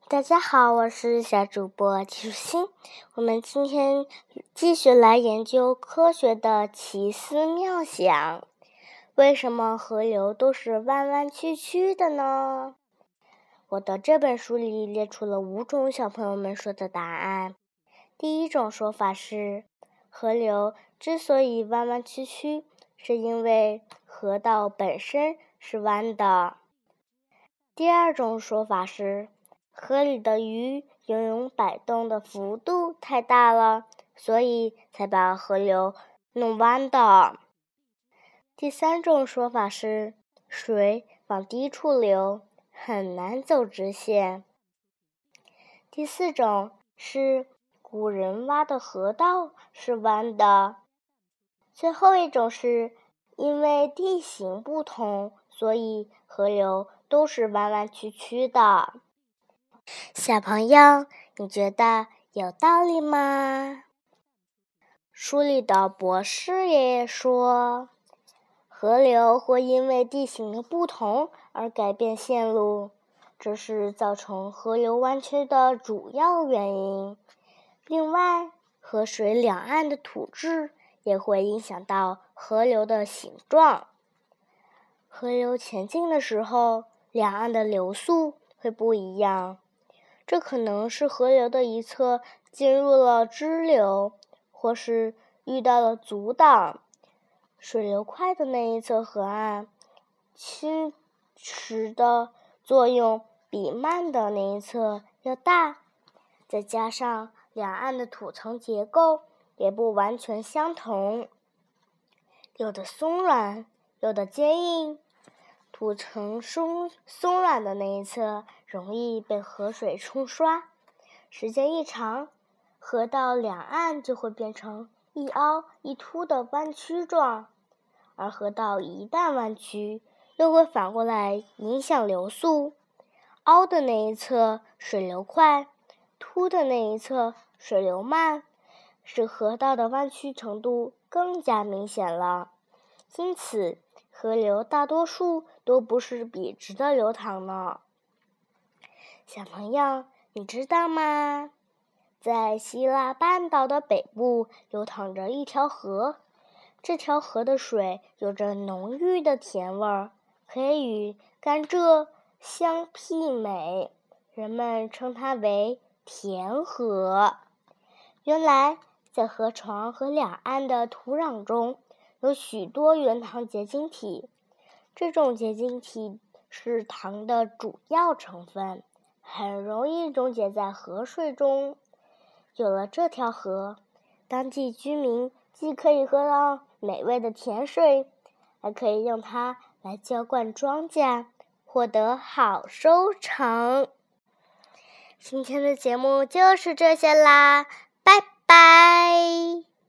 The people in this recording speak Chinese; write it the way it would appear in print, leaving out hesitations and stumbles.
大家好，我是小主播齐舒心。我们今天继续来研究科学的奇思妙想。为什么河流都是弯弯曲曲的呢？我的这本书里列出了5种小朋友们说的答案。第一种说法是，河流之所以弯弯曲曲，是因为河道本身是弯的。第二种说法是，河里的鱼游泳摆动的幅度太大了，所以才把河流弄弯的。第三种说法是，水往低处流，很难走直线。第四种是，古人挖的河道是弯的。最后一种是，因为地形不同，所以河流都是弯弯曲曲的。小朋友，你觉得有道理吗？书里的博士爷爷说，河流会因为地形的不同而改变线路，这是造成河流弯曲的主要原因。另外，河水两岸的土质也会影响到河流的形状。河流前进的时候，两岸的流速会不一样，这可能是河流的一侧进入了支流，或是遇到了阻挡。水流快的那一侧河岸，侵蚀的作用比慢的那一侧要大，再加上两岸的土层结构也不完全相同，有的松软，有的坚硬。土层松软的那一侧容易被河水冲刷，时间一长，河道两岸就会变成一凹一凸的弯曲状，而河道一旦弯曲，又会反过来影响流速。凹的那一侧水流快，凸的那一侧水流慢，使河道的弯曲程度更加明显了。因此，河流大多数都不是笔直的流淌呢。小朋友，你知道吗？在希腊半岛的北部流淌着一条河，这条河的水有着浓郁的甜味儿，可以与甘蔗相媲美，人们称它为甜河。原来，在河床和两岸的土壤中，有许多原糖结晶体，这种结晶体是糖的主要成分，很容易溶解在河水中。有了这条河，当地居民既可以喝到美味的甜水，还可以用它来浇灌庄稼，获得好收成。今天的节目就是这些啦，拜拜。